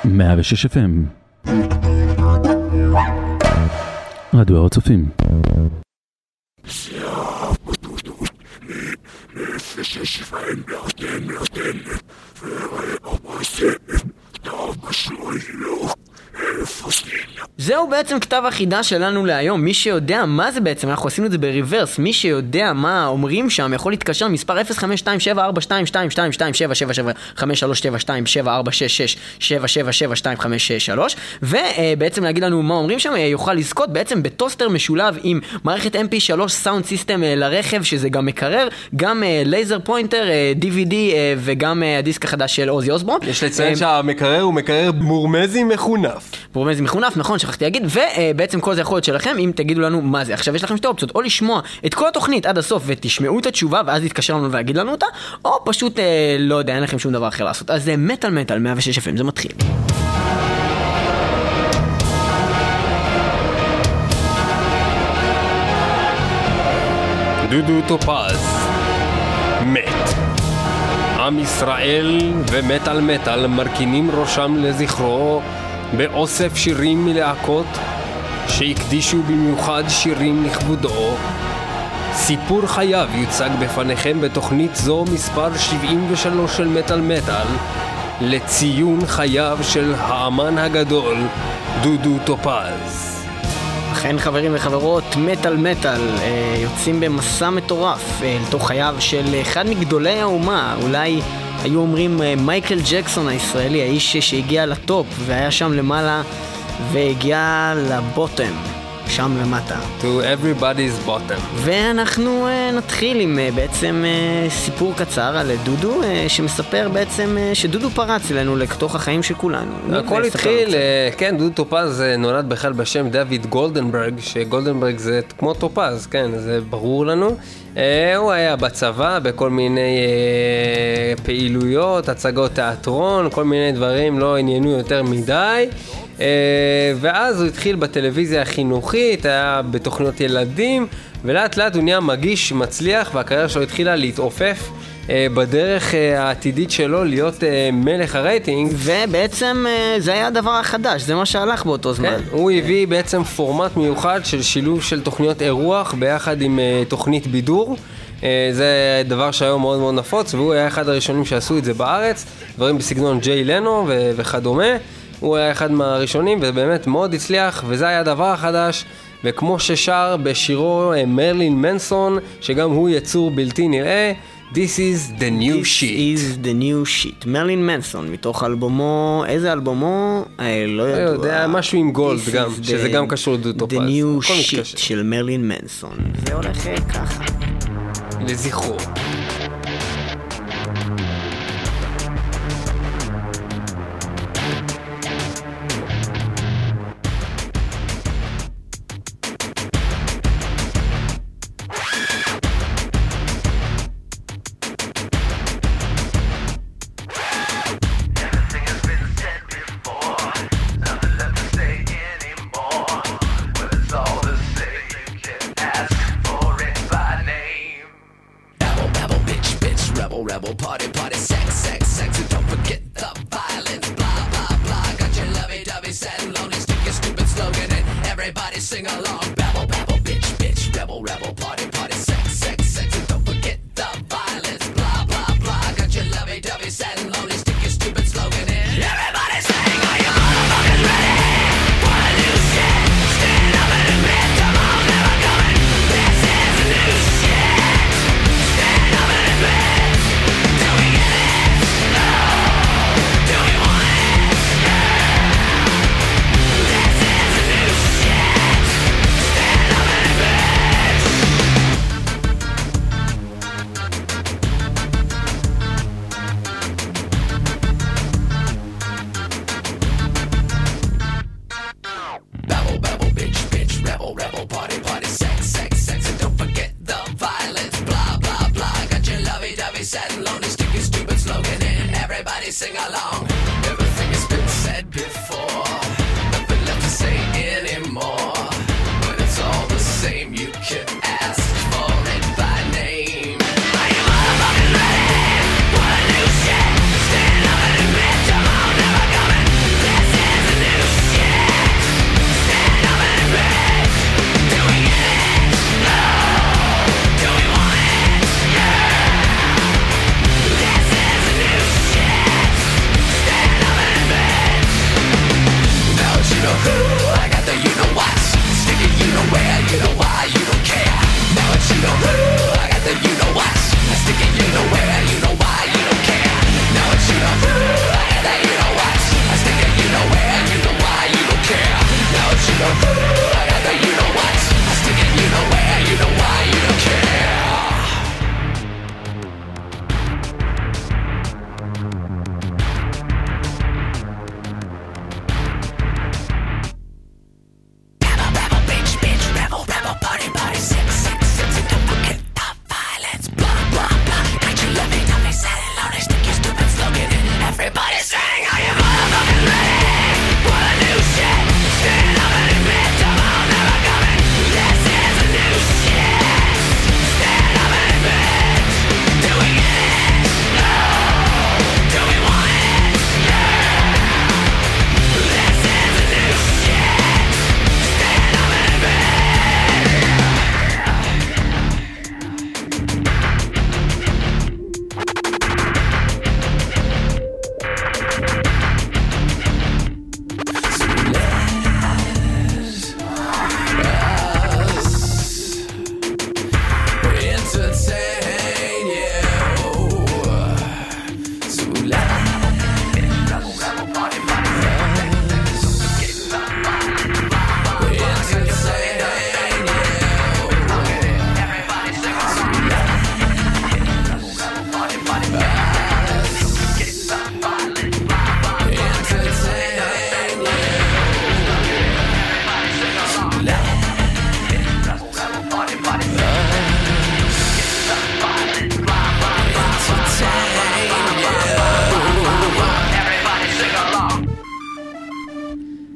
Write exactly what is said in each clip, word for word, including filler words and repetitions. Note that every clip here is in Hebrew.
מאה ושש אף אם רדיו הר הצופים. זהו בעצם כתב החידה שלנו להיום. מי שיודע מה זה בעצם, אנחנו עשינו את זה בריברס, מי שיודע מה אומרים שם יכול להתקשר מספר אפס חמש שתיים שבע ארבע שתיים שתיים שתיים שתיים שבע שבע שבע חמש שלוש שבע שתיים שבע ארבע שש שש שבע שבע שבע שתיים חמש שש שלוש, ובעצם להגיד לנו מה אומרים שם. יוכל לזכות בעצם בטוסטר משולב עם מערכת אם פי שלוש סאונד סיסטם לרכב, שזה גם מקרר, גם לייזר פוינטר, די וי די וגם הדיסק החדש של עוזי אוסבורן. יש לציין שהמקרר הוא מקרר מורמזי מחונף. מורמזי מחונף, נכון, שכחתי להגיד. ובעצם כל זה יכול להיות שלכם אם תגידו לנו מה זה. עכשיו יש לכם שתי אופציות, או לשמוע את כל התוכנית עד הסוף ותשמעו את התשובה ואז להתקשר לנו ולהגיד לנו אותה, או פשוט אה, לא יודע, אין לכם שום דבר אחר לעשות. אז זה מטל מטל מאה ושש אף אם, זה מתחיל. דודו טופז מת. עם ישראל ומטל מטל מרכינים ראשם לזכרו באוסף שירים מלהקות שהקדישו במיוחד שירים לכבודו. סיפור חייו יוצג בפניכם בתוכנית זו מספר שבעים ושלוש של מטל מטל, לציון חייו של האמן הגדול דודו טופז. אכן חברים וחברות, מטל מטל אה, יוצאים במסע מטורף אה, לתוך חייו של אחד מגדולי האומה. אולי היו אומרים אה, מייקל ג'קסון הישראלי, האיש שהגיע לטופ והיה שם למעלה והגיע לבוטם, שם למטה. To everybody's bottom. ואנחנו uh, נתחיל עם uh, בעצם uh, סיפור קצר על דודו, uh, שמספר בעצם uh, שדודו פרץ אלינו לתוך החיים של כולנו. הכל התחיל, uh, כן, דודו טופז uh, נולד בכלל בשם דוד גולדנברג, שגולדנברג זה כמו טופז, כן, זה ברור לנו. Uh, הוא היה בצבא בכל מיני uh, פעילויות, הצגות תיאטרון, כל מיני דברים לא עניינו יותר מדי. Uh, ואז הוא התחיל בטלוויזיה החינוכית, היה בתוכניות ילדים, ולאט לאט הוא נהיה מגיש מצליח, והקריירה שלו התחילה להתעופף uh, בדרך uh, העתידית שלו להיות uh, מלך הרייטינג. ובעצם uh, זה היה הדבר החדש, זה מה שהלך באותו זמן. כן, הוא הביא בעצם פורמט מיוחד של שילוב של תוכניות אירוח ביחד עם uh, תוכנית בידור. Uh, זה דבר שהיום מאוד מאוד נפוץ, והוא היה אחד הראשונים שעשו את זה בארץ, דברים בסגנון ג'יי לנו ו- וכדומה. הוא היה אחד מהראשונים ובאמת מאוד הצליח, וזה היה הדבר החדש. וכמו ששר בשירו מרלין מנסון, שגם הוא יצור בלתי נראה, This is the new This shit. This is the new shit. מרלין מנסון, מתוך אלבומו, איזה אלבומו? אה, לא יודע. לא יודע, משהו עם גולד גם, שזה גם קשור לדודו טופז. The new shit של מרלין מנסון. זה הולך ככה. לזכרו. Rebel party party sex sex sex and don't forget the violence blah blah blah got your lovey-dovey sad and lonely stick your stupid slogan and everybody sing along babble babble bitch bitch rebel rebel party party sex sex sex and don't forget the violence blah blah blah got your lovey-dovey sad and lonely stick your stupid slogan and everybody sing are you motherfuckers ready for a new shit stand up and admit tomorrow's never coming this is a new shit stand up and admit. This is a new shit. Stand up and bitch.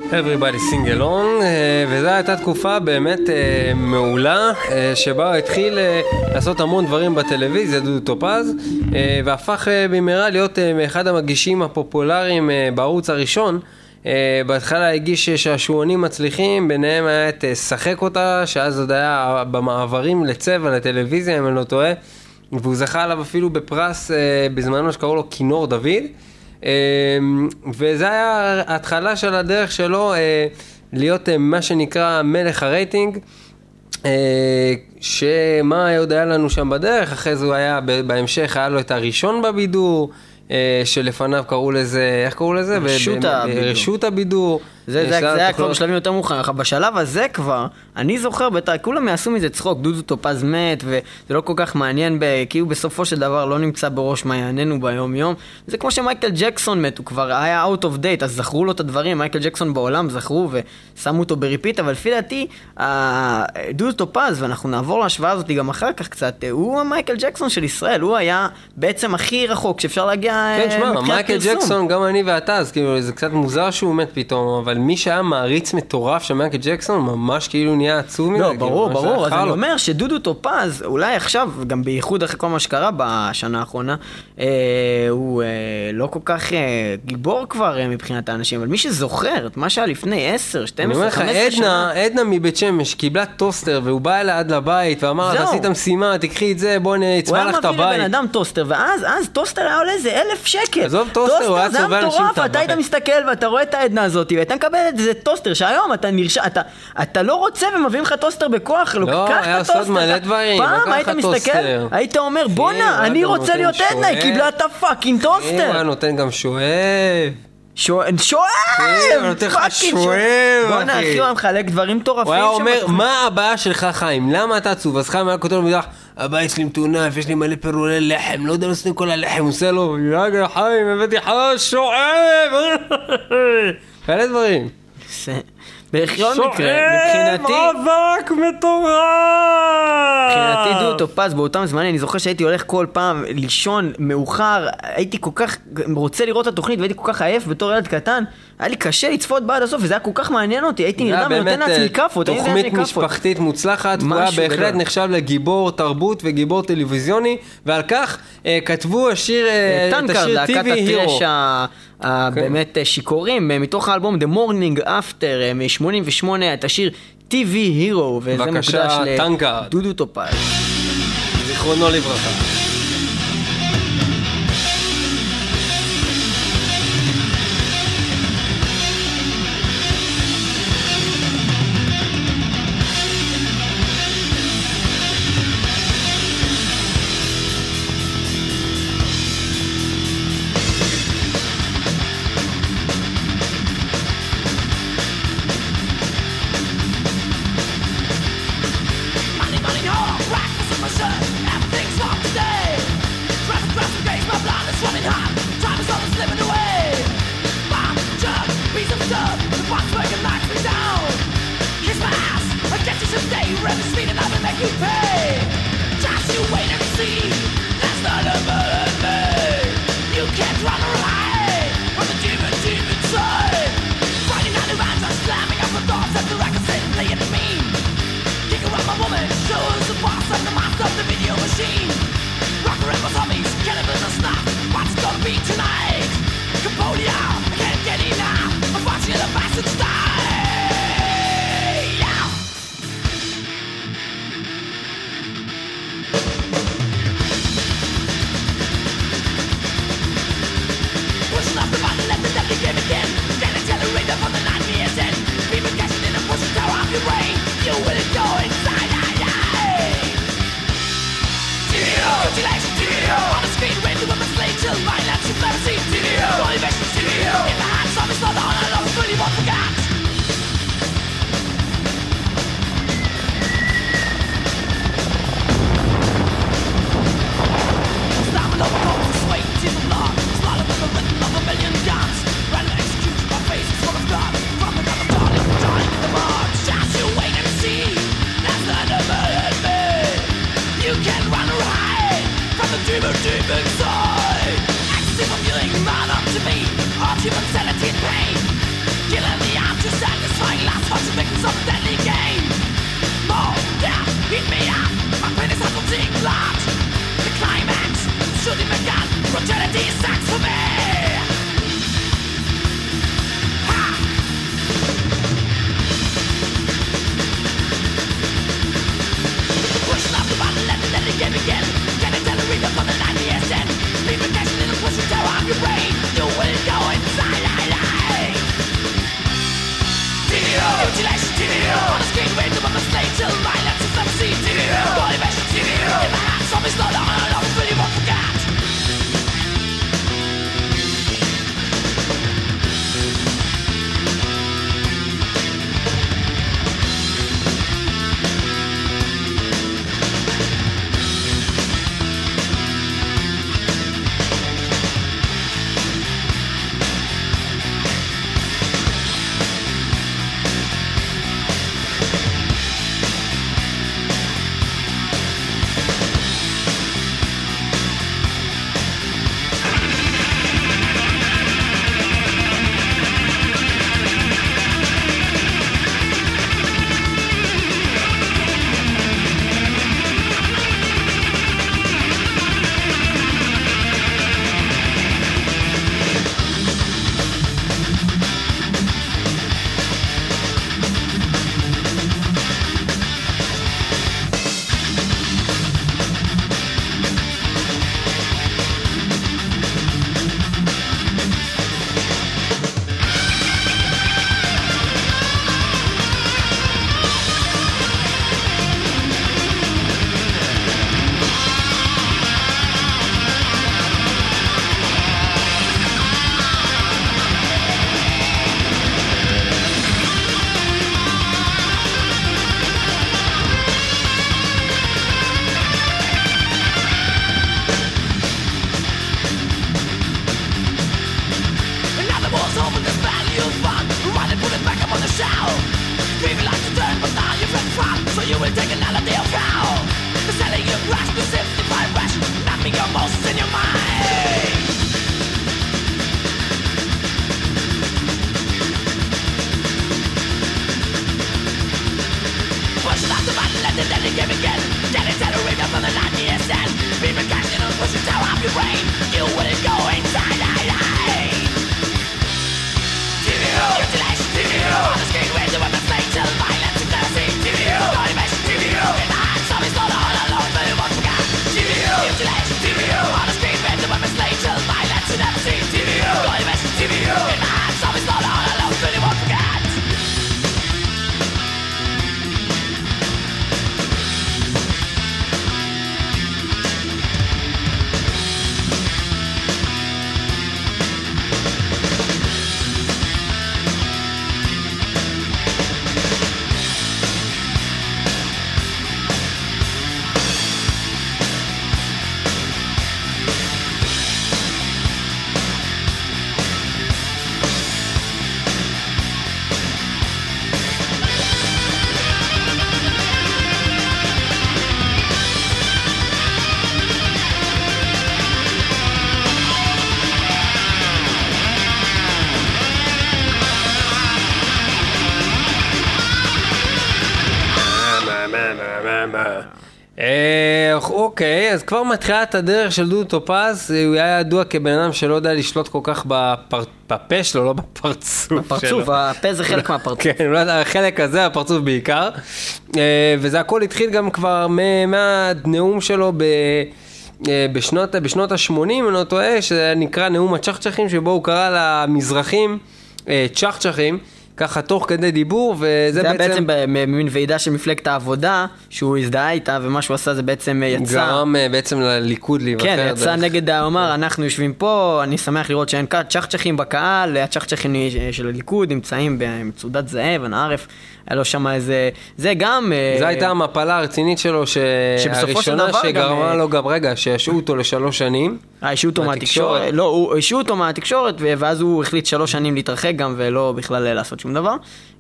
Everybody sing along, וזו הייתה תקופה באמת מעולה, שבה הוא התחיל לעשות המון דברים בטלוויזיה, דודו טופז, והפך במהרה להיות אחד המגישים הפופולריים בערוץ הראשון. בהתחלה הגיש שעשועונים מצליחים, ביניהם היה את שחק אותה, שאז עוד היה במעברים לצבע לטלוויזיה, אם אני לא טועה, והוא זכה עליו אפילו בפרס בזמנו שקראו לו כינור דוד. וזה היה ההתחלה של הדרך שלו להיות מה שנקרא מלך הרייטינג, שמה עוד היה לנו שם בדרך. אחרי זה הוא היה בהמשך, היה לו את הראשון בבידור, שלפניו קראו לזה, איך קראו לזה? רשות הבידור. רשות הבידור. זה, זה, זה היה כבר בשלבים יותר מאוחר, אך בשלב הזה כבר, אני זוכר, בטח, כולם יעשו מזה צחוק, דודו טופז מת, וזה לא כל כך מעניין, כי הוא בסופו של דבר לא נמצא בראש מעייננו ביום יום. זה כמו שמייקל ג'קסון מת, הוא כבר היה out of date, אז זכרו לו את הדברים, מייקל ג'קסון בעולם זכרו ושמו אותו בריפיט, אבל לפי דעתי, דודו טופז, ואנחנו נעבור להשוואה הזאת גם אחר כך קצת, הוא המייקל ג'קסון של ישראל, הוא היה בעצם הכי רחוק שאפשר להגיע כן, שמה, מייקל ג'קסון, גם אני ואתה, אז כאילו, זה קצת מוזר שהוא מת פתאום, אבל מי שהיה מעריץ מטורף של מייקל ג'קסון, ממש כאילו נהיה עצוב מזה. לא, ברור, ברור. אז אני אומר שדודו טופז, אולי עכשיו, גם בייחוד אחרי כל מה שקרה בשנה האחרונה, הוא לא כל כך גיבור כבר מבחינת האנשים, אבל מי שזוכר את מה שהיה לפני עשר, שתים עשרה, חמש עשרה שנה... עדנה מבית שמש קיבלה טוסטר, והוא בא אליה עד לבית, ואמר, אתה עשית משימה, תקחי את זה, בוא נצבע לך את הבית. הוא היה מביא לבן אדם טוסטר, ואז, אז טוסטר היה עולה איזה אלף שקל. עזוב טוסטר, הוא היה צובע אנשים את הבית. אתה היית מסתכל ואתה רואה את העדנה הזאת, ואתה מקבל את זה טוסטר, שהיום אתה נרש... אתה, אתה לא רוצה ומביאים לך טוסטר בכוח, לא, היה עושות מלא דברים, פעם היית מסתכל, היית אומר, בונה, אני רוצה להיות עדנה, היא קיבלה את הפאקינג טוסטר. הוא היה נותן גם שואב. שואב! שואב! הוא נותן לך שואב, בונה, אחי, הוא מחלק דברים טורפים. הוא היה אומר, מה הבעיה שלך חיים? למה אתה עצוב? אז חיים היה כותב לו מדרך, הבית שלי מטונף, יש לי מלא פירולי לחם, לא יודע לסתם כל הלחם, הוא עושה לו, יאגר חיים, הבאתי לך שואב! כאלה דברים. בכל מקרה, מבחינתי... אבק מטורף! מבחינתי דודו טופז, באותם זמנים, אני זוכר שהייתי הולך כל פעם לישון מאוחר, הייתי כל כך רוצה לראות את התוכנית, והייתי כל כך עייף בתור ילד קטן, היה לי קשה לצפות בעד הסוף, וזה היה כל כך מעניין אותי, הייתי נרדם ונותן לעצמי כפות. תוכנית משפחתית מוצלחת, הוא היה בהחלט נחשב לגיבור תרבות וגיבור טלוויזיוני, ועל כך כתבו השיר טי וי הירו. באמת שיכורים, מתוך האלבום The Morning After מ-שמונים ושמונה, את השיר טי וי Hero, וזה מוקדש לדודו טופז. זיכרונו לברכה. off your brain. You wouldn't go inside. T V U, mutilation. T V U, on the screen with the weapons laid till violence and jealousy. T V U, motivation. T V U, in the hands of his daughter all alone, but it won't forget. T V U, mutilation. T V U, on the screen with the weapons laid till violence and jealousy. T V U, motivation. T V U, in the hands of his daughter all alone, but it won't forget. אוקיי, אז כבר מתחילה את הדרך של דודו טופז, הוא היה ידוע כבן אדם שלא יודע לשלוט כל כך בפה שלו, לא בפרצוף שלו. בפרצוף, הפה זה חלק מהפרצוף. כן, החלק הזה, הפרצוף בעיקר. וזה הכל התחיל גם כבר מהנאום שלו בשנות, בשנות ה-שמונים, אני לא טועה, שזה נקרא נאום הצ'חצ'חים, שבו הוא קרא למזרחים צ'חצ'חים, ככה תוך כדי דיבור, וזה זה בעצם... זה בעצם במין ועידה של מפלגת העבודה, שהוא הזדהה איתה, ומה שהוא עשה זה בעצם יצא... גרם בעצם לליכוד להיבחר. כן, יצא דרך... נגד האומר, אנחנו יושבים פה, אני שמח לראות שאין צ'חצ'חים בקהל, הצ'חצ'חים של הליכוד נמצאים במצודת זהב, הנערף, היה לו שם איזה... זה גם... זה הייתה המפלה הרצינית שלו, ש... שהראשונה שגרמה גם... לו גם רגע, שישעו אותו לשלוש שנים. השעו אותו מהתקשורת, לא, הוא השעו אותו מהתקשורת, ואז הוא החליט שלוש שנים להתרחק גם, ולא בכלל לעשות שום דבר.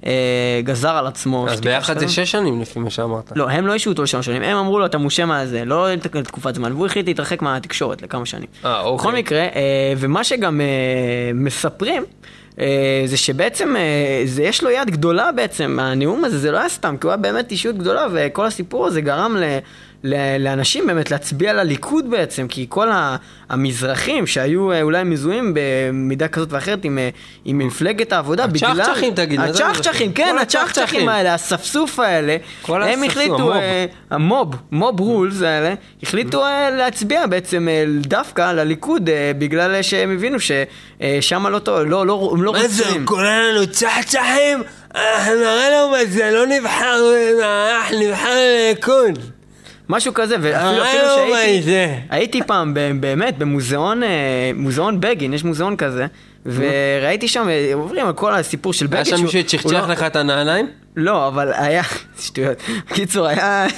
גזר על עצמו. אז ביחד זה שש שנים לפי מה שאמרת. לא, הם לא השעו אותו לשלוש שנים, הם אמרו לו, אתה מושה מה זה, לא לתקופת זמן, והוא החליט להתרחק מהתקשורת לכמה שנים. אה, אוקיי. בכל מקרה, ומה שגם מספרים, זה שבעצם, זה יש לו יד גדולה בעצם, הנאום הזה זה לא היה סתם, כי הוא היה באמת אישיות גדולה, וכל הסיפור הזה גרם ל... לאנשים באמת להצביע לליכוד בעצם, כי כל המזרחים שהיו אולי מזוהים במידה כזאת ואחרת עם, עם מפלגת העבודה, בגלל... הצ'חצ'חים תגיד. הצ'חצ'חים, כן, הצ'חצ'חים האלה, הספסוף האלה, הם החליטו, המוב, מוב רולס האלה, החליטו להצביע בעצם דווקא לליכוד, בגלל שהם הבינו ששם לא טוב, לא, לא, הם לא רוצים. מה זה, קורא לנו צ'חצ'חים? אנחנו נראה לו מה זה, לא נבחר, אנחנו נבחר לליכוד. משהו כזה, ואפילו שהייתי הייתי פעם באמת במוזיאון מוזיאון בגין, יש מוזיאון כזה, וראיתי שם, עוברים על כל הסיפור של בגין. היה שם מישהו שצ'חצ'ח לך את הנעליים? לא, אבל היה, שטויות, בקיצור, היה,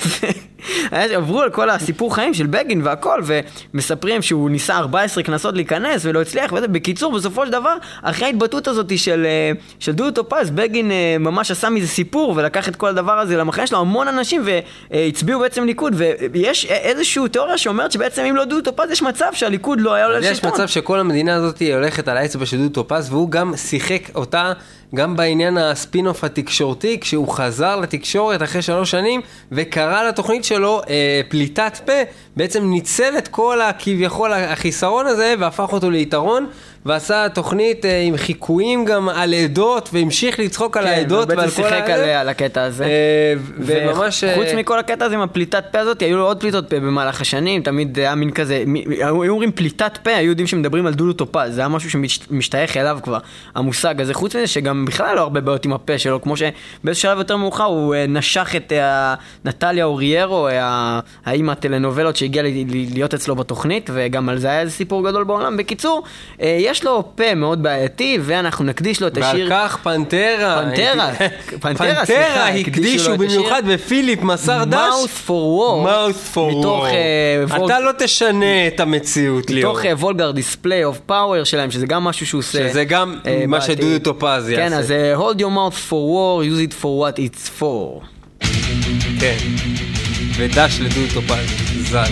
עברו על כל הסיפור חיים של בגין והכל, ומספרים שהוא ניסה ארבע עשרה כנסות להיכנס ולא הצליח, ובקיצור, בסופו של דבר, אחרי ההתבטאות הזאת של, של דודו טופז, בגין ממש עשה מזה סיפור, ולקח את כל הדבר הזה למחנה שלו, המון אנשים, והצביעו בעצם ליכוד, ויש איזושהי תיאוריה שאומרת שבעצם אם לא דודו טופז, יש מצב שהליכוד לא היה עולה לשלטון. יש מצב שכל המדינה הזאת הולכת על האצבע של דודו טופז, והוא גם שיחק אותה גם בעניין הספינוף התקשורתי, כשהוא חזר לתקשורת אחרי שלוש שנים, וקרא לתוכנית שלו אה, פליטת פה, בעצם ניצל את כל הכביכול החיסרון הזה, והפך אותו ליתרון, ועשה תוכנית אה, עם חיקויים גם על עדות, והמשיך לצחוק כן, על העדות ועל כל שיחק על, על הקטע הזה. אה, וממש... חוץ מכל הקטע הזה עם הפליטת פה הזאת, היו לו עוד פליטות פה במהלך השנים, תמיד היה מין כזה, היו אומרים פליטת פה, היו יודעים שמדברים על דודו טופז, זה היה משהו שמשתייך אליו כבר, המושג הזה, חוץ מזה שגם בכלל לא הרבה בעיות עם הפה שלו, כמו שבאיזה שלב יותר מאוחר הוא נשך את נטליה אוריירו, האמא הטלנובלות שהגיעה להיות אצלו בתוכנית, וגם על זה היה איזה סיפור גדול בעולם. בקיצור, יש לו פה מאוד בעייתי, ואנחנו נקדיש לו את השיר... ועל כך פנטרה. פנטרה. פנטרה, סליחה. הקדישו במיוחד בפיליפ מסר דש. Mouth for War. Mouth for War. אתה לא תשנה את המציאות, ליאור. מתוך וולגר דיספליי אוף פאוור שלהם, שזה גם משהו שהוא עושה... שזה גם מה שדודו טופז יעשה. כן, אז hold your mouth for war, use it for what it's for. כן. ודש לדודו טופז. זל.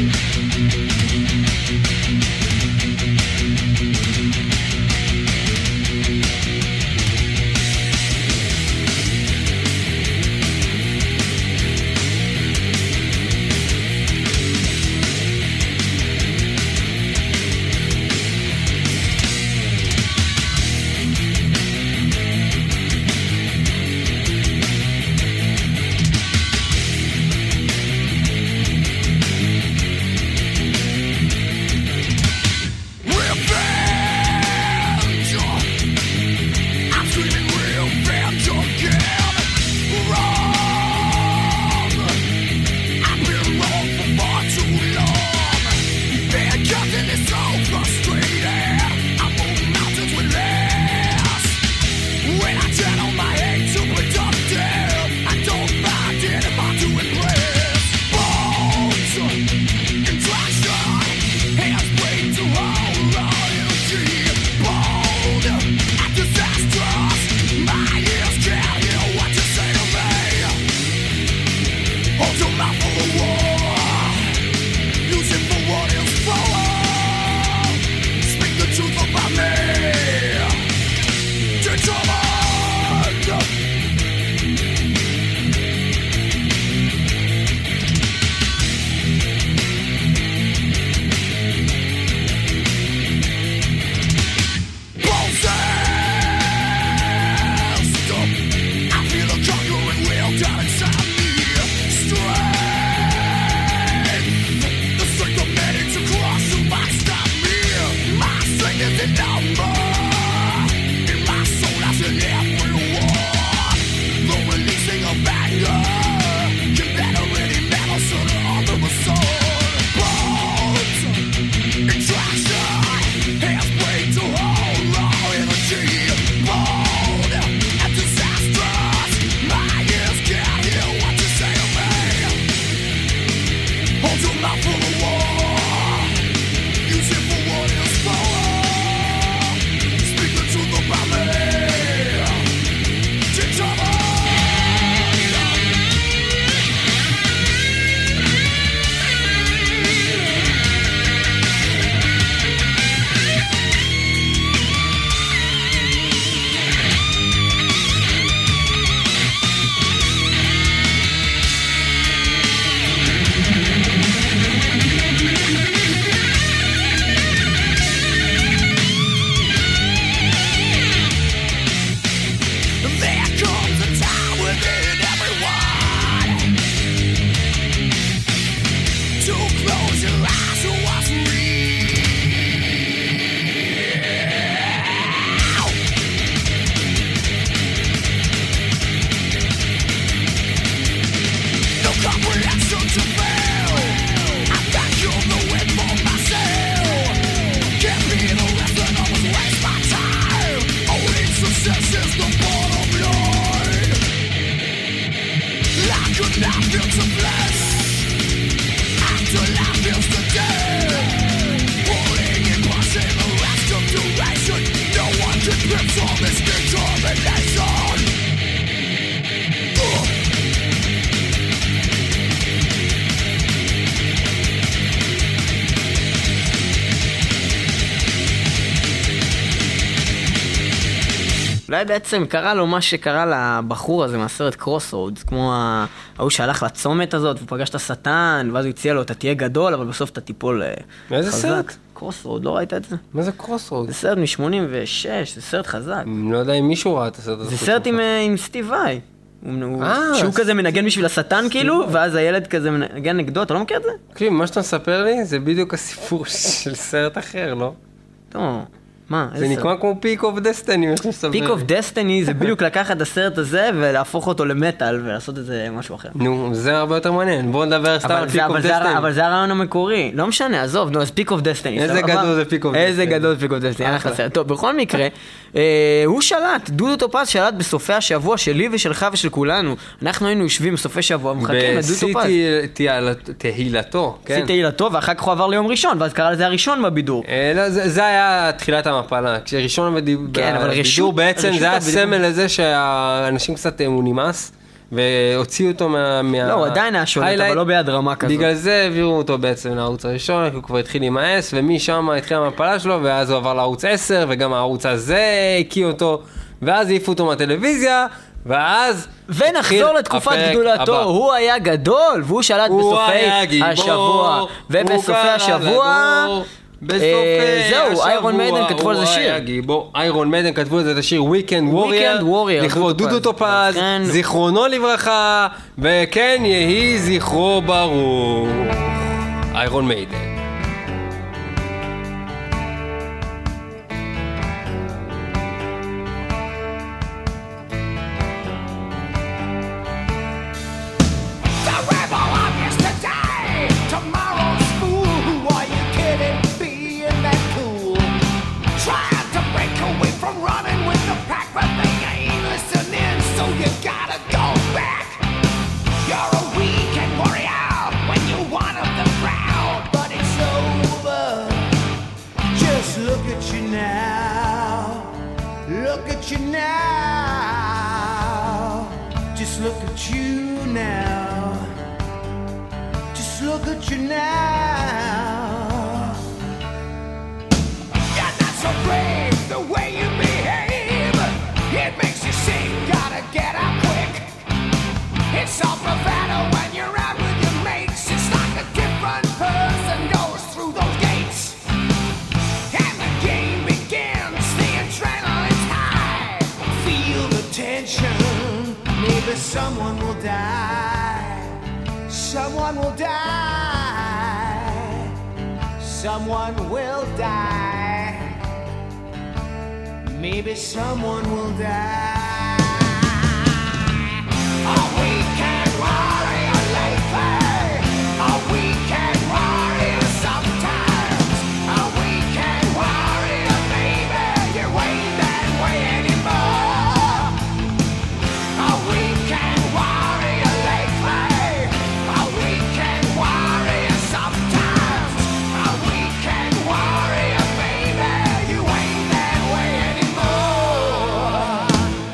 אולי בעצם קרה לו מה שקרה לבחור הזה מהסרט קרוסרודס, כמו ההוא שהלך לצומת הזאת ופגש את השטן, ואז הוא הציע לו, אתה תהיה גדול, אבל בסוף אתה תיפול חזק. מאיזה סרט? קרוסרוד, לא ראית את זה? מה זה קרוסרוד? זה סרט מ-שמונים ושש, זה סרט חזק. לא יודע אם מישהו ראה את הסרט הזה. זה סרט עם, עם סטיב וואי. הוא- אה, שהוא ס- כזה מנגן בשביל השטן כאילו, ואז הילד כזה מנגן נגדו, אתה לא מכיר את זה? תקשיב, מה שאתה מספר לי זה בדיוק הסיפור של סרט אחר, לא? טוב, מה? זה נקרא כמו פיק אוף דסטיני, מה שאתה מספר לי. פיק אוף דסטיני זה בדיוק לקחת את הסרט הזה ולהפוך אותו למטל ולעשות את זה משהו אחר. נו, זה הרבה יותר מעניין. בואו נדבר סתם אבל על זה- פיק אבל אוף זה הר- דסטיני. אבל זה הרעיון המקורי, לא משנה, עזוב, נו, אז פיק אוף דסטיני. איזה גדול זה פיק אוף איזה דסטיני. גדול זה פיק אוף דסטיני, היה לך סרט. טוב, בכל מקרה, אה, הוא שלט, דודו טופז שלט בסופי השבוע שלי ושלך ושל כולנו. אנחנו היינו יושבים בסופי שבוע, מחכים לדודו טופז. בשיא תהילתו, כן. עשית תהילתו, ואחר כך הוא עבר ליום ראשון, ואז קרא לזה הראשון בבידור. אה, לא, זה זה היה תחילת המפלה, כשראשון בדיבור כן, אבל רשות- בעצם רשות זה היה הבידור- סמל לזה שהאנשים קצת אה, הוא נמאס, והוציאו אותו מה... מה- לא, הוא עדיין היה שולט, highlight. אבל לא ביד רמה כזאת. בגלל זה העבירו אותו בעצם לערוץ הראשון, כי הוא כבר התחיל להימאס, ומשם התחילה המפלה שלו, ואז הוא עבר לערוץ עשר, וגם הערוץ הזה הקיא אותו, ואז העיפו אותו מהטלוויזיה, ואז... ונחזור התחיל לתקופת הפרק גדולתו, הבא. הוא היה גדול, והוא שלט הוא בסופי היה גיבור, השבוע. הוא ובסופי קרא השבוע... לגור, בסופי אה, זהו, השבוע, איירון מיידן כתבו על זה הוא שיר. היה גיבור. איירון מיידן כתבו על זה את השיר Weekend Warrior, Weekend Warrior, לכבוד דודו דודו טופז. טופז, לכן- זיכרונו לברכה, וכן יהי זכרו ברוך. איירון מיידן. The rebel of yesterday, tomorrow's fool. Who are you kidding? Being that cool, trying to break away from running with the pack, but they ain't listening. So you gotta go back. You're a weekend warrior when you're one of the crowd, but it's over. Just look at you now. Look at you now. Just look at you now. Just look at you now. You're not so brave the way you behave. It makes you sick, gotta get out quick. It's all bravado when you're out with your mates. It's like a different person goes through those gates. And the game begins, the adrenaline's high. Feel the tension, maybe someone will die. Someone will die. Someone will die. Maybe someone will die. A weekend warrior lately. A weekend warrior sometimes. A weekend warrior, baby. You ain't that way anymore. A weekend warrior lately. A weekend warrior sometimes. A weekend warrior, baby. You ain't that way anymore.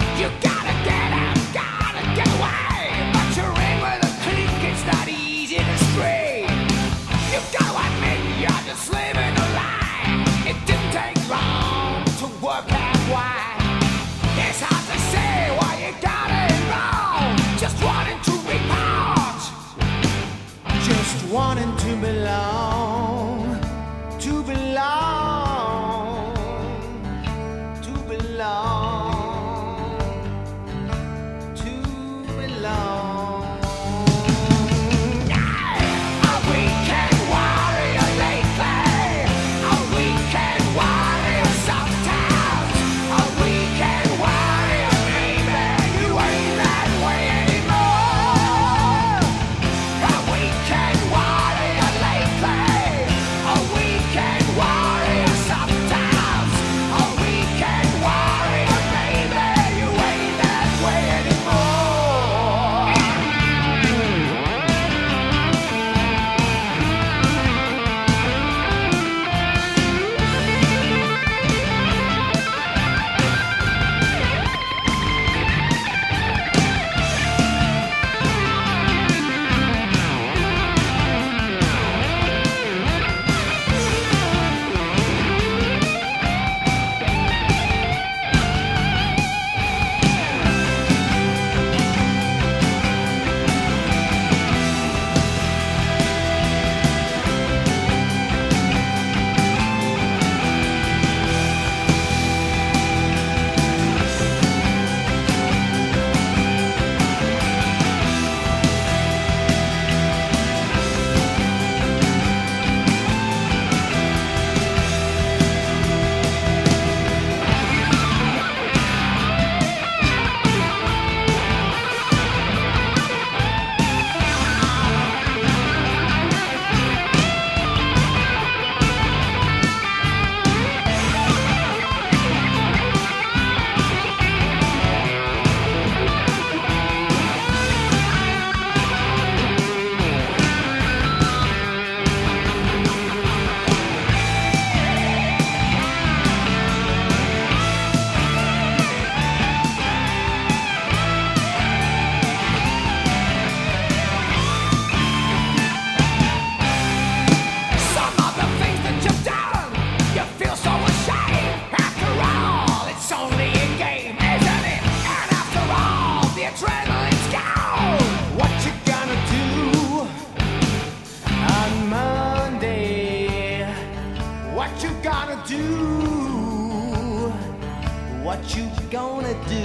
what you gonna do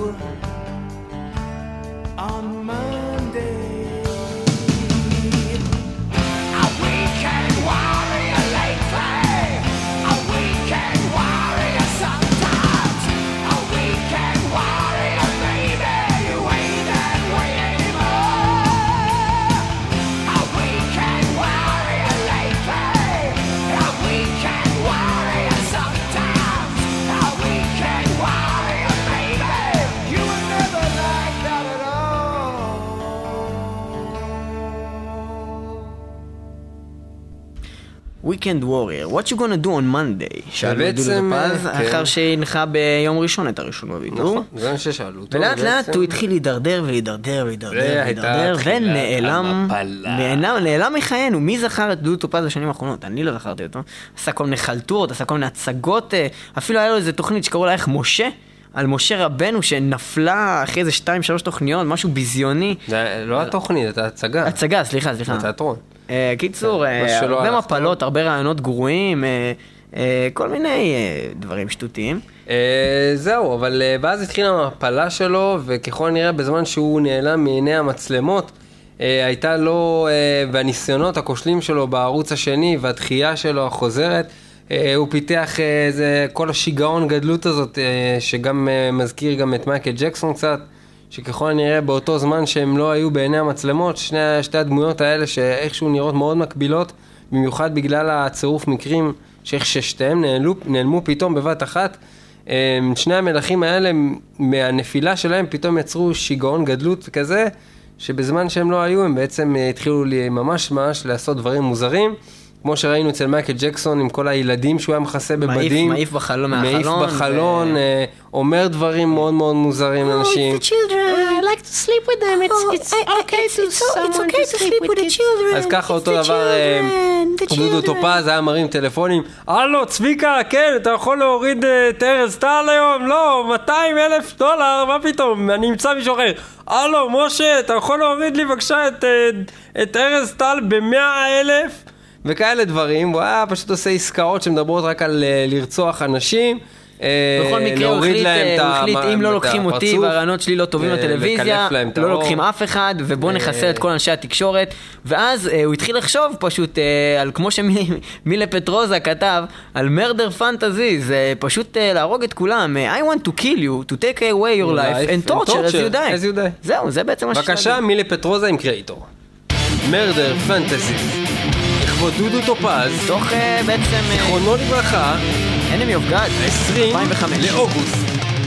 on Monday? A weekend warrior lately, a weekend warrior sometimes, a weekend warrior baby, you ain't that way anymore. A weekend warrior lately, a weekend warrior sometimes, a weekend warrior baby, you were never like that at all. Weekend Warrior, what you gonna do on Monday? שאלו את דודו בעצם, טופז, כן. אחר שהנחה ביום ראשון את הראשון בבידור. נכון, זה מה ששאלו אותו. ולאט לאט בעצם. הוא התחיל להידרדר ולהידרדר ולהידרדר והייתה ולהידרדר תחילת ונעלם, המפלה. נעלם, נעלם מחיינו. מי זכר את דודו טופז בשנים האחרונות? אני לא זכרתי אותו. עשה כל מיני חלטורות, עשה כל מיני הצגות, אה, אפילו היה לו איזה תוכנית שקראו לה איך משה, על משה רבנו שנפלה אחרי איזה שתיים שלוש תוכניות, משהו ביזיוני. זה לא התוכנית, זה הצגה. הצגה, סליחה, סליחה. התיאטרון. אה, קיצור, כן, אה, מה שלא הרבה הלך מפלות, הרבה רעיונות גרועים, אה, אה, כל מיני אה, דברים שטותיים. אה, זהו, אבל אה, ואז התחילה המפלה שלו, וככל הנראה בזמן שהוא נעלם מעיני המצלמות, אה, הייתה לו, אה, והניסיונות הכושלים שלו בערוץ השני, והדחייה שלו החוזרת, אה, הוא פיתח אה, איזה, כל השיגעון גדלות הזאת, אה, שגם אה, מזכיר גם את מייקל ג'קסון קצת, שככל הנראה באותו זמן שהם לא היו בעיני המצלמות, שני, שתי הדמויות האלה שאיכשהו נראות מאוד מקבילות, במיוחד בגלל הצירוף מקרים שאיך ששתיהם נעלמו, נעלמו פתאום בבת אחת. שני המלכים האלה, מהנפילה שלהם פתאום יצרו שיגעון גדלות וכזה, שבזמן שהם לא היו הם בעצם התחילו לי ממש ממש לעשות דברים מוזרים, כמו שראינו אצל מייקל ג'קסון עם כל הילדים שהוא היה מכסה בבדים. מעיף בחלון, מעיף בחלון, אומר דברים מאוד מאוד מוזרים לאנשים. It's the children. I like to sleep with them. It's it's okay to someone to sleep with the children. אז ככה אותו It's the דבר, children, the דודו children. טופז היה מרים טלפונים, הלו צביקה, כן, אתה יכול להוריד את ארז טל היום? לא, מאתיים אלף דולר, מה פתאום, אני אמצא מישהו אחר. הלו משה, אתה יכול להוריד לי בבקשה את, את ארז טל ב-מאה אלף? וכאלה דברים, הוא היה פשוט עושה עסקאות שמדברות רק על uh, לרצוח אנשים, uh, בכל מקרה הוא החליט, הוא החליט אם לא לוקחים אותי והרעיונות שלי לא טובים בטלוויזיה, לא לוקחים אף אחד ובוא נחסל את כל אנשי התקשורת. ואז הוא התחיל לחשוב פשוט על כמו שמילה פטרוזה כתב על מרדר פנטזי, זה פשוט להרוג את כולם. I want to kill you, to take away your life and torture as you die. זהו, זה בעצם מה שאני אגיד. בבקשה, מילה פטרוזה עם קרייטור. מרדר פנטזי לכבוד דודו טופז, תוך בעצם זיכרונו לברכה, Enemy of God, עשרים אלפיים וחמש לאוגוסט.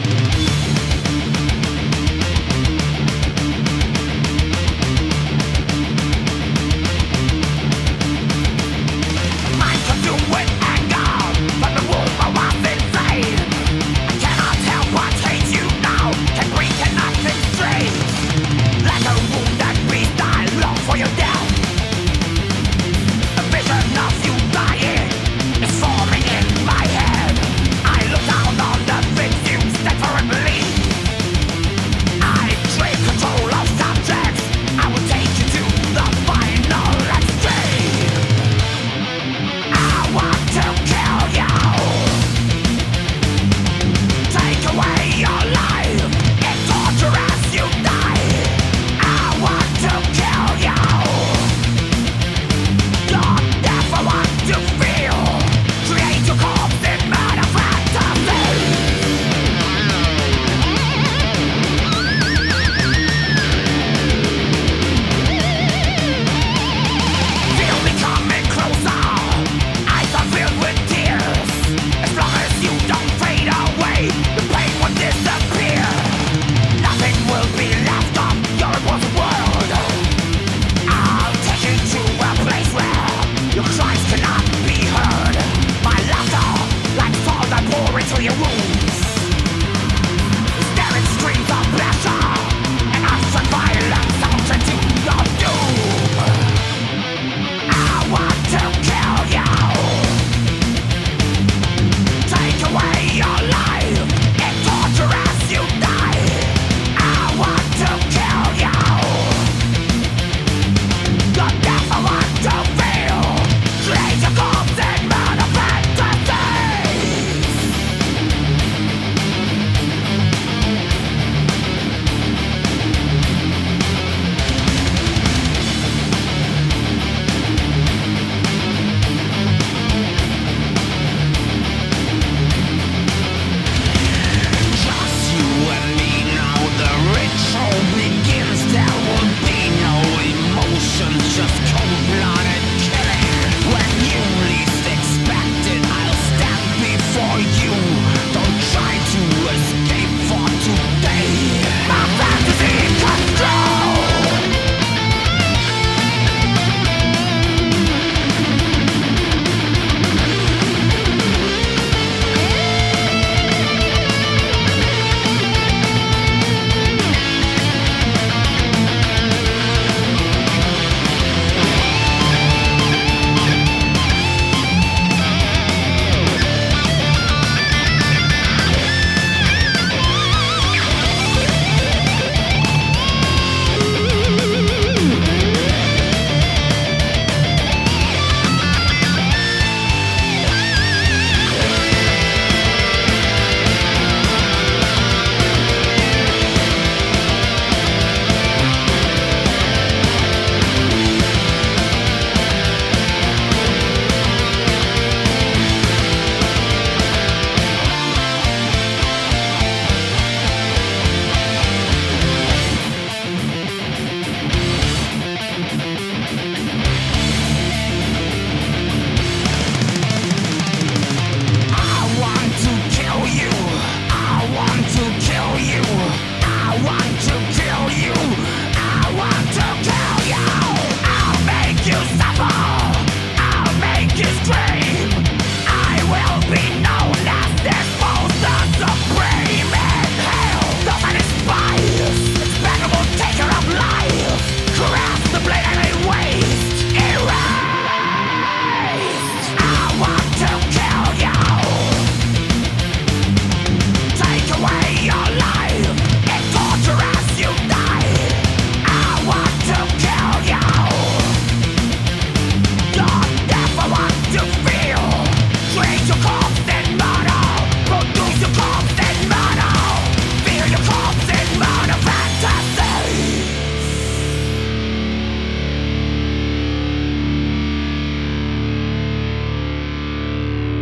Mind consumed with anger from the womb of our insane. I cannot help but hate you now. Can breathe, cannot think straight. Like a wound that breathes, I long for you down. A vision of you dying is forming in my head. I look down on the things you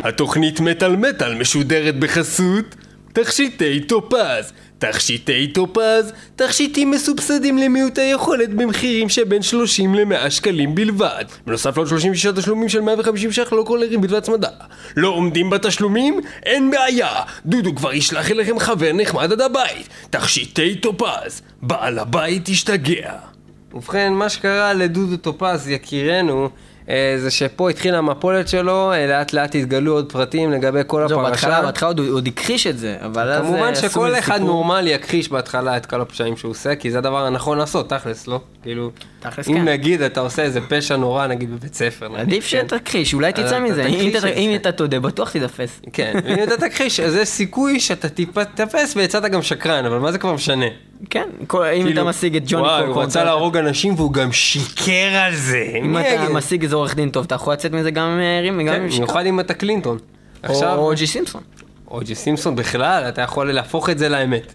התוכנית מטל מטל משודרת בחסות תכשיטי טופז. תכשיטי טופז, תכשיטים מסובסדים למיעוט היכולת במחירים שבין שלושים למאה שקלים בלבד. בנוסף לעוד שלושים ושש תשלומים של מאה וחמישים ש"ח לא כל ריבית והצמדה. לא עומדים בתשלומים? אין בעיה. דודו כבר ישלח אליכם חבר נחמד עד הבית. תכשיטי טופז, בעל הבית ישתגע. ובכן, מה שקרה לדודו טופז יקירנו זה שפה התחילה המפולת שלו, לאט לאט התגלו עוד פרטים לגבי כל הפרשה. בהתחלה, בהתחלה הוא עוד הכחיש את זה, אבל אז כמובן שכל אחד נורמלי יכחיש בהתחלה את כל הפשעים שהוא עושה, כי זה הדבר הנכון לעשות, תכלס, לא? כאילו, אם נגיד אתה עושה איזה פשע נורא, נגיד בבית ספר. עדיף שתכחיש, אולי תצא מזה, אם אתה תודה, בטוח תיתפס. כן, אם אתה תכחיש, אז יש סיכוי שאתה טיפה תתפס ויצאת גם שקרן, אבל מה זה כבר משנה? כן, אם אתה משיג את ג'וני קוקו. הוא רצה להרוג אנשים והוא גם שיקר על זה. אם אתה משיג איזה עורך דין טוב, אתה יכול לצאת מזה גם עם שקר. כן, במיוחד אם אתה קלינטון. או אוג'י סימפסון. אוג'י סימפסון בכלל, אתה יכול להפוך את זה לאמת.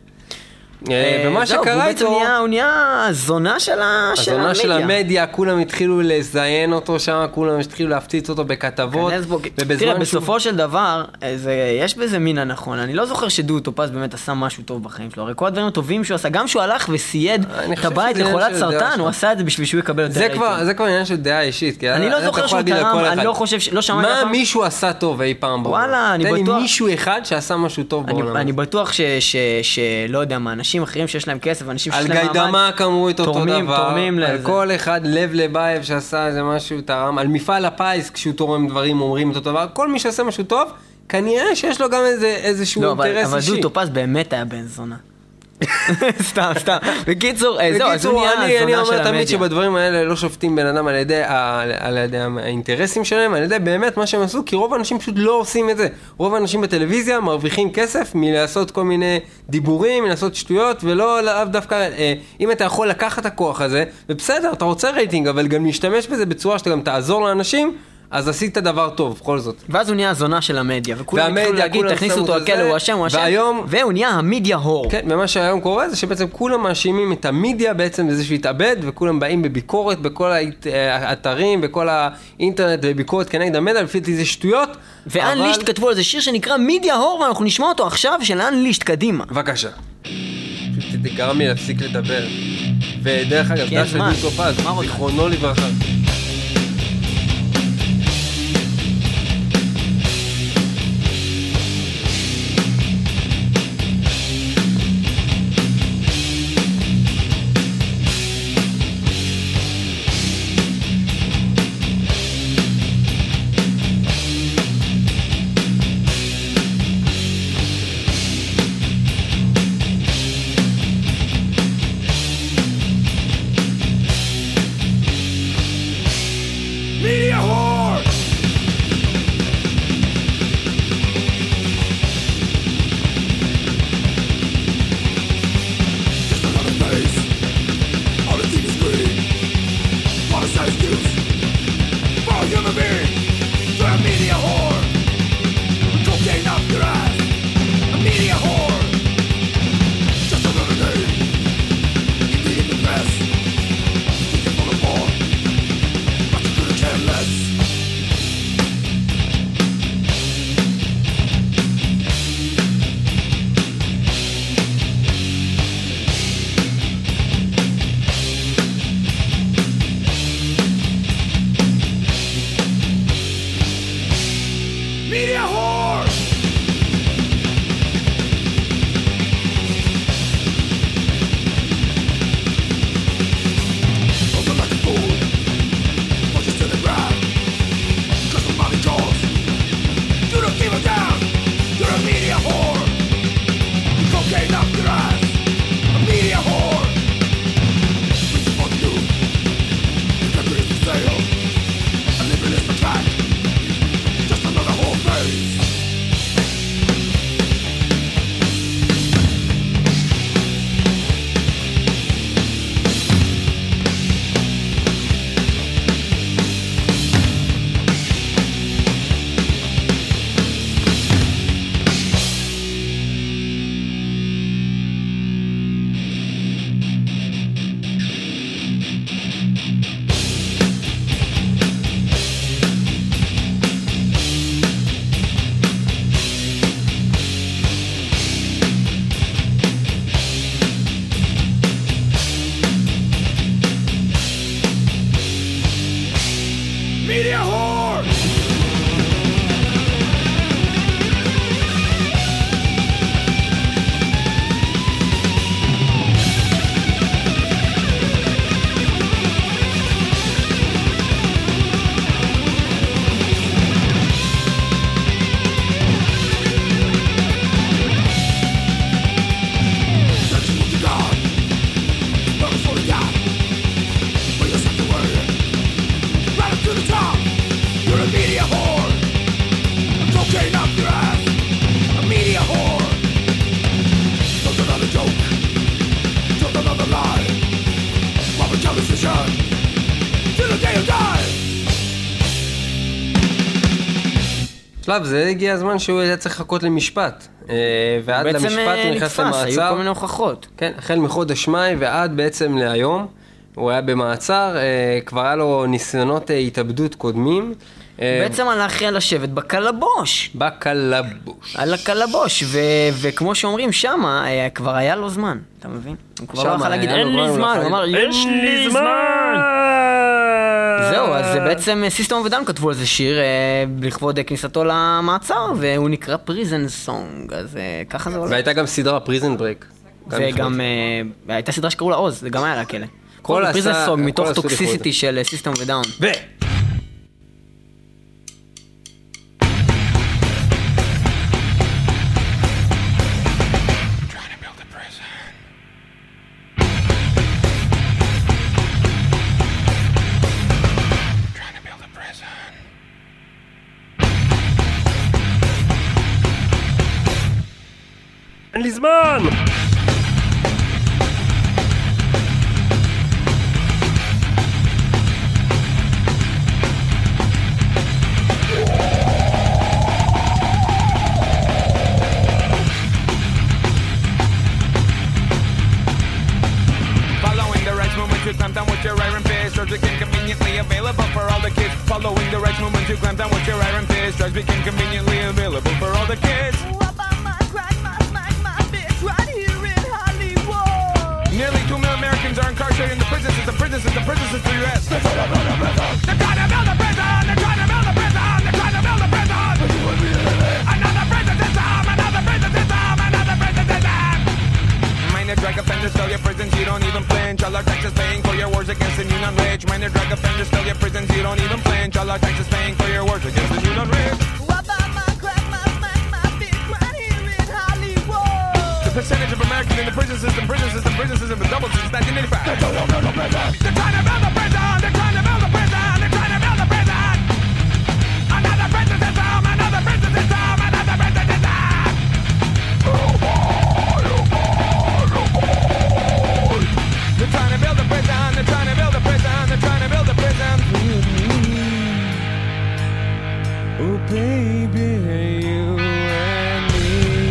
ומה שקרה איתו... הוא נהיה הזונה של המדיה. הזונה של המדיה, כולם התחילו לזיין אותו שם, כולם התחילו להפציץ אותו בכתבות. תראה, בסופו של דבר, יש בזה מין הנכון. אני לא זוכר שדודו טופז באמת עשה משהו טוב בחיים שלו. הרי כל הדברים הטובים שהוא עשה, גם שהוא הלך וסייד את הבית לחולת סרטן, הוא עשה את זה בשביל שהוא יקבל יותר רייטינג. זה כבר עניין של דעה אישית. אני לא זוכר שהוא תרם, אני לא חושב, לא שמעתי מה מישהו עשה טוב אי פעם בעולם? וואלה, אני בטוח... תן לי מישהו אחד שעשה משהו טוב בעולם. אני בטוח שלא יודע מה, אנשים אחרים שיש להם כסף, אנשים שיש להם מעמד. על גיידמק אמרו את אותו תורמים, דבר. תורמים על לזה. כל אחד, לב לבייב שעשה איזה משהו תרם. על מפעל הפיס כשהוא תורם דברים אומרים את אותו דבר. כל מי שעושה משהו טוב, כנראה שיש לו גם איזה, איזשהו לא, אינטרס אבל, אישי. אבל דודו טופז באמת היה בן זונה. סתם, סתם. בקיצור, זהו, אז הוא נהיה הזונה של המדיה. אני אומר תמיד שבדברים האלה לא שופטים בן אדם על ידי, על ידי האינטרסים שלהם, על ידי באמת מה שהם עשו, כי רוב האנשים פשוט לא עושים את זה. רוב האנשים בטלוויזיה מרוויחים כסף מלעשות כל מיני דיבורים, מלעשות שטויות, ולא לאו דווקא, אם אתה יכול לקחת את הכוח הזה, ובסדר, אתה רוצה רייטינג, אבל גם להשתמש בזה בצורה שאתה גם תעזור לאנשים, אז עשית דבר טוב, בכל זאת. ואז הוא נהיה הזונה של המדיה, וכולם התחילו להגיד, תכניסו אותו לכלא, הוא אשם, הוא אשם, והוא נהיה המדיה הור. כן, ומה שהיום קורה זה שבעצם כולם מאשימים את המדיה בעצם בזה שהוא התאבד, וכולם באים בביקורת בכל האתרים, בכל האינטרנט, וביקורת כנגד המדיה, לפי זה שטויות. ואנלישט כתבו על זה שיר שנקרא מדיה הור, ואנחנו נשמע אותו עכשיו של אנלישט קדימה. בבקשה. פשוט גרם לי להפסיק לדבר. ודרך אגב, דש לדודו טופז, זיכרונו לברכה. media whore. שלב, זה הגיע הזמן שהוא היה צריך לחכות למשפט. ועד למשפט הוא נכנס למעצר. היו כל מיני הוכחות. כן, החל מחודש מאי ועד בעצם להיום. הוא היה במעצר, כבר היה לו ניסיונות התאבדות קודמים. בעצם הלך לשבת בקלבוש. בקלבוש. על הקלבוש, וכמו שאומרים שמה, כבר היה לו זמן. אתה מבין? הוא כבר לא יכול להגיד, אין לי זמן. הוא אמר, יש לי זמן. זהו, אז בעצם סיסטם אוף א דאון כתבו על זה שיר לכבוד כניסתו למעצר, והוא נקרא פריזן סונג, אז ככה זה הולך. והייתה גם סדרה פריזן ברייק. וגם הייתה סדרה שקראו לה עוז, זה גם היה לה כאלה. פריזן סונג מתוך טוקסיסיטי של סיסטם אוף א דאון. ו... אין לי זמן! Following the rights movement to clamp down with your iron fist, drugs became conveniently available for all the kids. Following the rights movement to clamp down with your iron fist, drugs became conveniently available for all the kids. Nearly two million Americans are incarcerated in the prison system, prison system, prison system, U S They're trying to build a prison! They're trying to build a prison! They're trying to build a prison! They're trying to build a prison! Another prison system! Another prison system! Another prison system! Minor drug offenders, still your prisons, you don't even flinch. All our taxes paying for your wars against the union rich. Minor drug offenders, still your prisons, you don't even flinch. All our taxes paying for your wars against the union rich. The percentage of Americans in the prison system, prison system, prison system is doubled since nineteen eighty-five. They're trying to build a prison! They're trying to build a prison! They're trying to build a prison! They're trying to build a prison! Another prison system! Another prison system! Another prison system! They're trying to build a prison! They're trying to build a prison! They're trying to build a prison! Oh baby, you and me.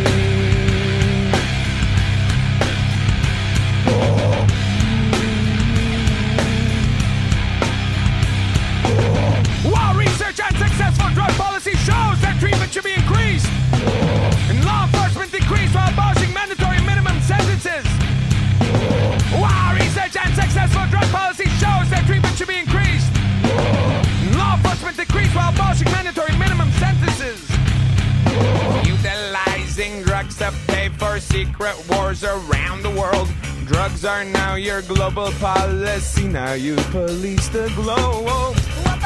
While research on successful drug policy shows that treatment should be increased, and law enforcement decreased while abolishing mandatory minimum sentences. While research on successful drug policy shows that treatment should be increased, and law enforcement decreased while abolishing mandatory minimum sentences. Utilizing drugs to pay for secret wars around the world. Drugs are now your global policy. Now you police the globe.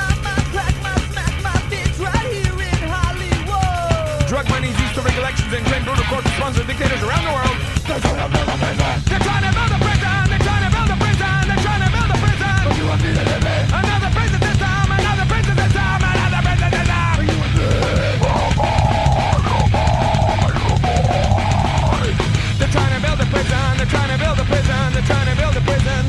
Drug money is used to rig elections and train brutal courts to sponsor dictators around the world. They're trying to build a prison. They're trying to build a prison. They're trying to build a prison. They're trying to build a prison. You want me to live it? Another prison system. Another prison system. Another prison system. You want me to live? They're trying to build a prison. They're trying to build a prison. They're trying to build a prison.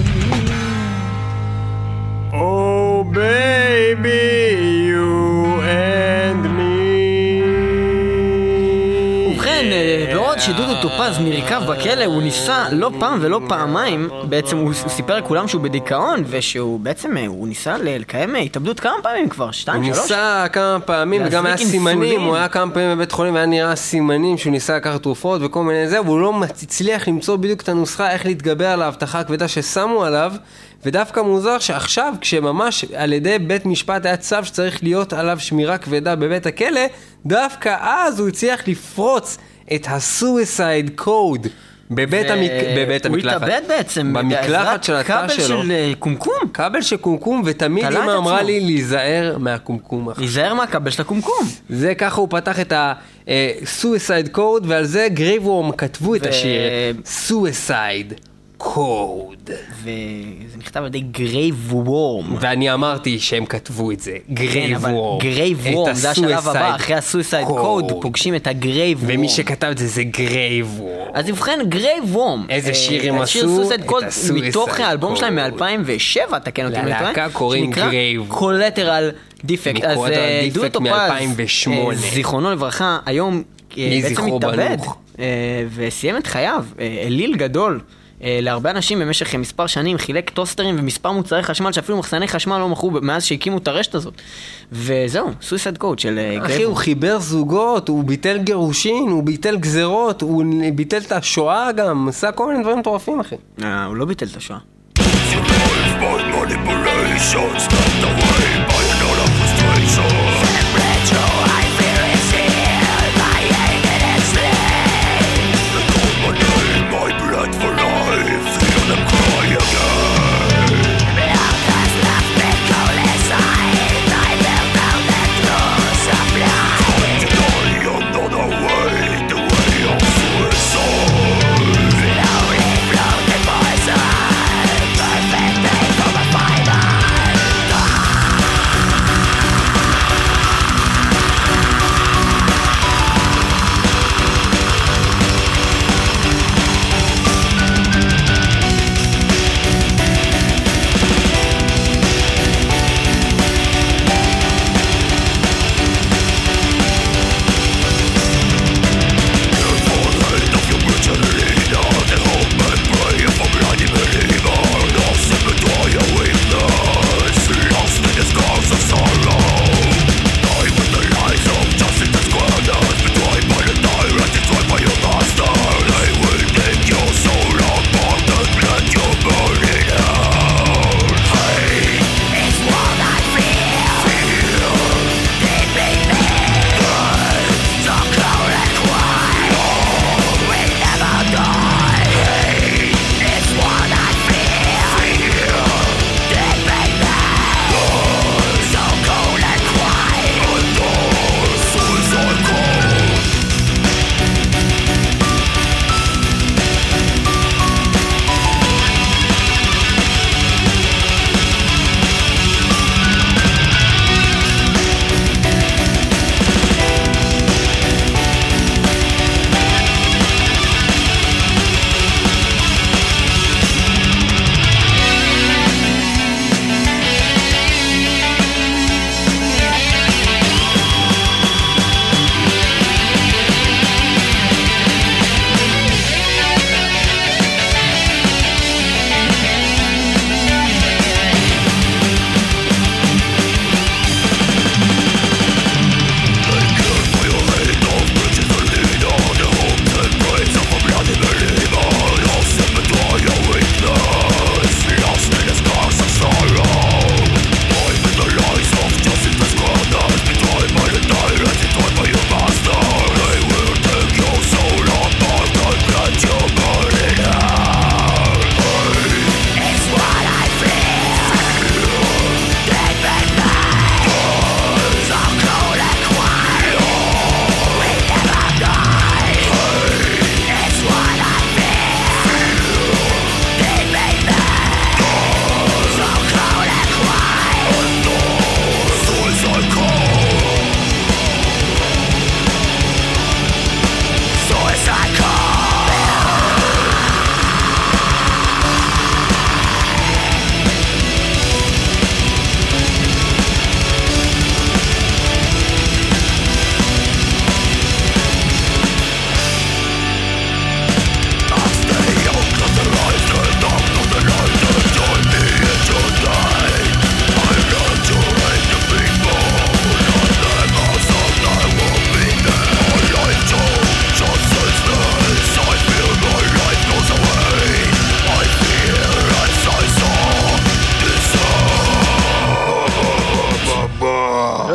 Oh baby, you and me. ובכן, בעוד שדודו טופז נרקב בכלא, הוא ניסה לא פעם ולא פעמיים, בעצם הוא סיפר לכולם שהוא בדיכאון, ושהוא בעצם, הוא ניסה לקיים התאבדות כמה פעמים כבר, שתיים, שלוש. הוא ניסה כמה פעמים, וגם היה סימנים, הוא היה כמה פעמים בבית חולים, והיה נראה סימנים שהוא ניסה לקחת תרופות וכל מיני זה, והוא לא הצליח למצוא בדיוק את הנוסחה איך להתגבר על ההבטחה הכבדה ששמו עליו, ודווקא מוזר שעכשיו, כשממש על ידי בית משפט היה צו שצריך להיות עליו שמירה כבדה בבית הכלא, דווקא אז הוא הצליח לפרוץ את ה-Suicide Code בבית, המק... בבית הוא המקלחת. הוא התאבד בעצם במקלחת של התא שלו. כבל של קומקום. כבל של קומקום, ותמיד אמא אמרה לי להיזהר מהקומקום. להיזהר מהכבל של הקומקום. זה ככה הוא פתח את ה-Suicide Code, ועל זה גרייבוורם כתבו את השיר. Suicide Code. וזה נכתב על ידי גרייבוורם. ואני אמרתי שהם כתבו את זה. גרייבוורם. גרייבוורם, זה השלב הבא. אחרי ה-Suicide Code פוגשים את הגרייבוורם. ומי שכתב את זה זה גרייבוורם. אז ובכן גרייבוורם. איזה שיר הם עשו? השיר Suicide Code מתוך האלבום שלהם מ-אלפיים ושבע, תקן אותי אם אני טועה. ללהקה קוראים גרייבוורם. קולטרל דיפקט. אז דודו טופז, זיכרונו לברכה, היום בעצם התאבד וסיים את חייו. אליל גדול. להרבה אנשים במשך מספר שנים חילק טוסטרים ומספר מוצרי חשמל שאפילו מחסני חשמל לא מכרו מאז שהקימו את הרשת הזאת. וזהו, Suicide Code של גרייבוורם. אחי, הוא חיבר זוגות, הוא ביטל גירושין, הוא ביטל גזרות, הוא ביטל את השואה גם, עשה כל מיני דברים מטורפים, אחי. הוא לא ביטל את השואה.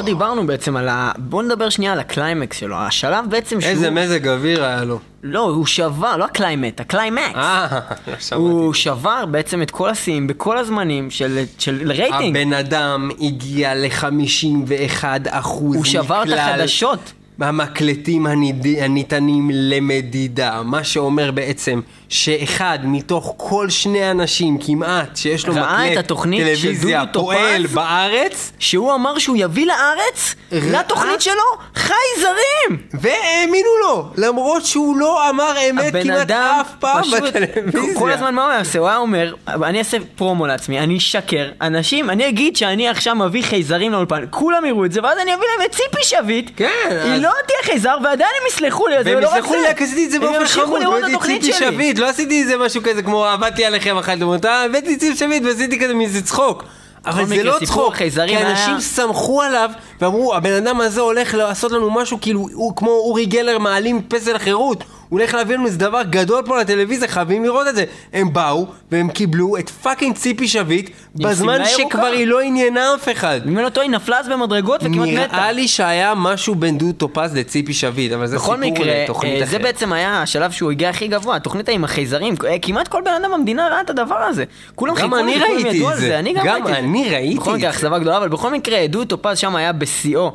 דיברנו בעצם על ה... בוא נדבר שנייה על הקליימקס שלו, השלב בעצם שהוא... איזה מזג אוויר היה לו. לא, הוא שבר, לא הקליימט, הקליימקס. אה, לא שמעתי. הוא שבר בעצם את כל השיאים בכל הזמנים של, של רייטינג. הבן אדם הגיע ל-חמישים ואחד אחוז הוא שבר את החדשות. המקלטים הניד... הניתנים למדידה, מה שאומר בעצם שאחד מתוך כל שני אנשים כמעט שיש לו מקלט טלוויזיה פועל בארץ, שהוא אמר שהוא יביא לארץ ראה... לתוכנית שלו חייזרים, והאמינו לו למרות שהוא לא אמר אמת כמעט אף פעם בטלוויזיה. כל הזמן מה הוא יעשה? הוא היה אומר אני אעשה פרומו לעצמי, אני אשקר אנשים, אני אגיד שאני עכשיו מביא חייזרים לאולפן, כולם יראו את זה ואז אני אביא להם את ציפי שביט, כן, היא אז... לא תהיה חייזר ועדיין הם יסלחו לי, והם יסלחו לי, עשיתי את זה באופן חמוד, הבאתי ציפי שביט, לא עשיתי איזה משהו כזה כמו עבדתי עליכם אחת למותה, הבאתי ציפי שביט ועשיתי כזה מזה צחוק, אבל זה לא צחוק, כי אנשים סמכו עליו ואמרו הבן אדם הזה הולך לעשות לנו משהו כאילו הוא כמו אורי גלר מעלים פסל החירות, הוא הולך להביא לנו איזה דבר גדול פה לטלוויזיה, חייבים לראות את זה. הם באו והם קיבלו את פאקינג ציפי שביט בזמן שכבר היא לא עניינה אף אחד. ממנו טועי נפלה אז במדרגות וכמעט מתה. נראה לי שהיה משהו בין דודו טופז לציפי שביט, אבל זה סיפור לתוכנית אחרת. זה בעצם היה השלב שהוא הגיע הכי גבוה, התוכנית עם החייזרים, כמעט כל בן אדם במדינה ראה את הדבר הזה. כולם חיכו לי, כולם ידעו על זה. גם אני ראיתי בכל מקרה אכזבה גדולה, אבל בכל מקרה דודו טופז שם היה בשיאו,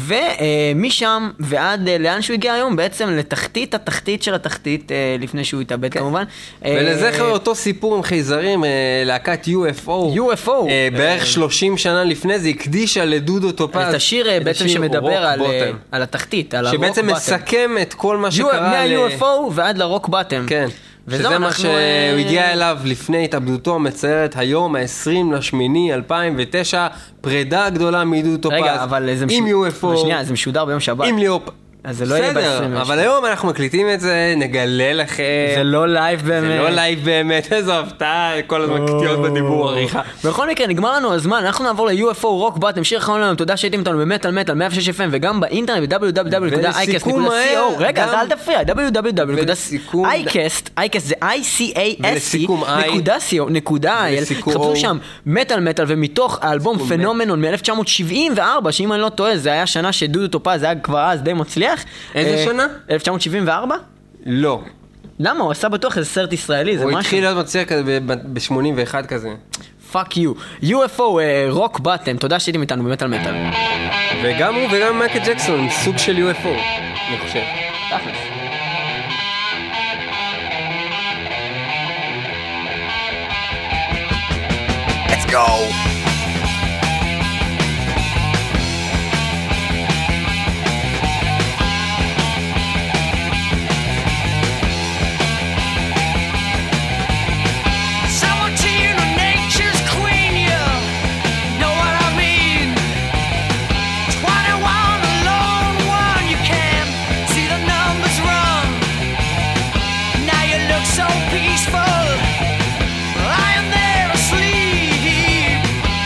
ומשם ועד לאן שהוא הגיע היום, בעצם לתחתית התחתית של התחתית, לפני שהוא התאבד כמובן. ולזכר אותו סיפור עם חייזרים, להקת יו אף או, יו אף או, בערך שלושים שנה לפני זה הקדישה לדודו טופז את השיר בעצם שמדבר על התחתית, על הרוק בוטם, שבעצם מסכם את כל מה שקרה מה-יו אף או ועד לרוק בוטם. כן, שזה מה שהוא הגיע אליו לפני התאבדותו המצערת היום ה-עשרים לשמיני אלפיים ותשע, פרידה גדולה מדודו טופז עם יו אף או, שנייה, זה משודר ביום שבת, עם ליאופ. אז זה לא יהיה ב-עשרים. אבל היום אנחנו מקליטים את זה, נגלה לכם. זה לא לייב באמת. זה לא לייב באמת, איזו הפתעה, כל הזמן קטיות בדיבור עריכה. בכל מקרה, נגמר לנו הזמן, אנחנו נעבור ל-יו אף או רוק בוטם, שיר אחרון לנו, תודה שהייתם איתנו במטל מטל מאה ושש אף אם, וגם באינטרנט ב-דאבליו דאבליו דאבליו נקודה אייקאסט נקודה סי או, רגע, אל תפריע, דאבליו דאבליו דאבליו נקודה אייקאסט, אייקאסט זה איי סי איי אס טי נקודה סי או נקודה איי אל, חפשו שם מטל מטל, ומתוך האלבום פנומנון מ-אלף תשע מאות שבעים וארבע, שאם אני לא טועה, זה היה שנה שדודו טופז היה כבר אז די מצליח. איזה שנה? אלף תשע מאות שבעים וארבע? לא. למה? הוא עשה בטוח איזה סרט ישראלי, זה משהו. הוא התחיל להיות מצליח ב-שמונים ואחת כזה. פאק יו. יו אף או רוק בוטם, תודה שהייתם איתנו במטל מטל. וגם הוא וגם מייקל ג'קסון, סוג של יו אף או, אני חושב. תכלס. Let's go! So peaceful, I am there asleep.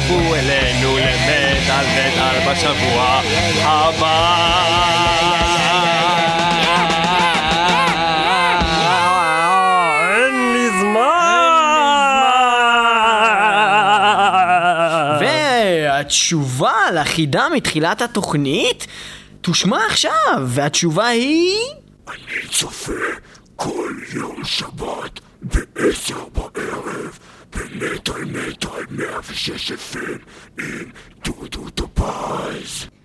הצטרפו אלינו למטל מטל בשבוע הבא. אין לי זמן. והתשובה לחידה מתחילת התוכנית תושמע עכשיו, והתשובה היא... אני צופה כל יום שבת בעשר בערב במטל מטל מאה ושש אף אם עם דודו טופז.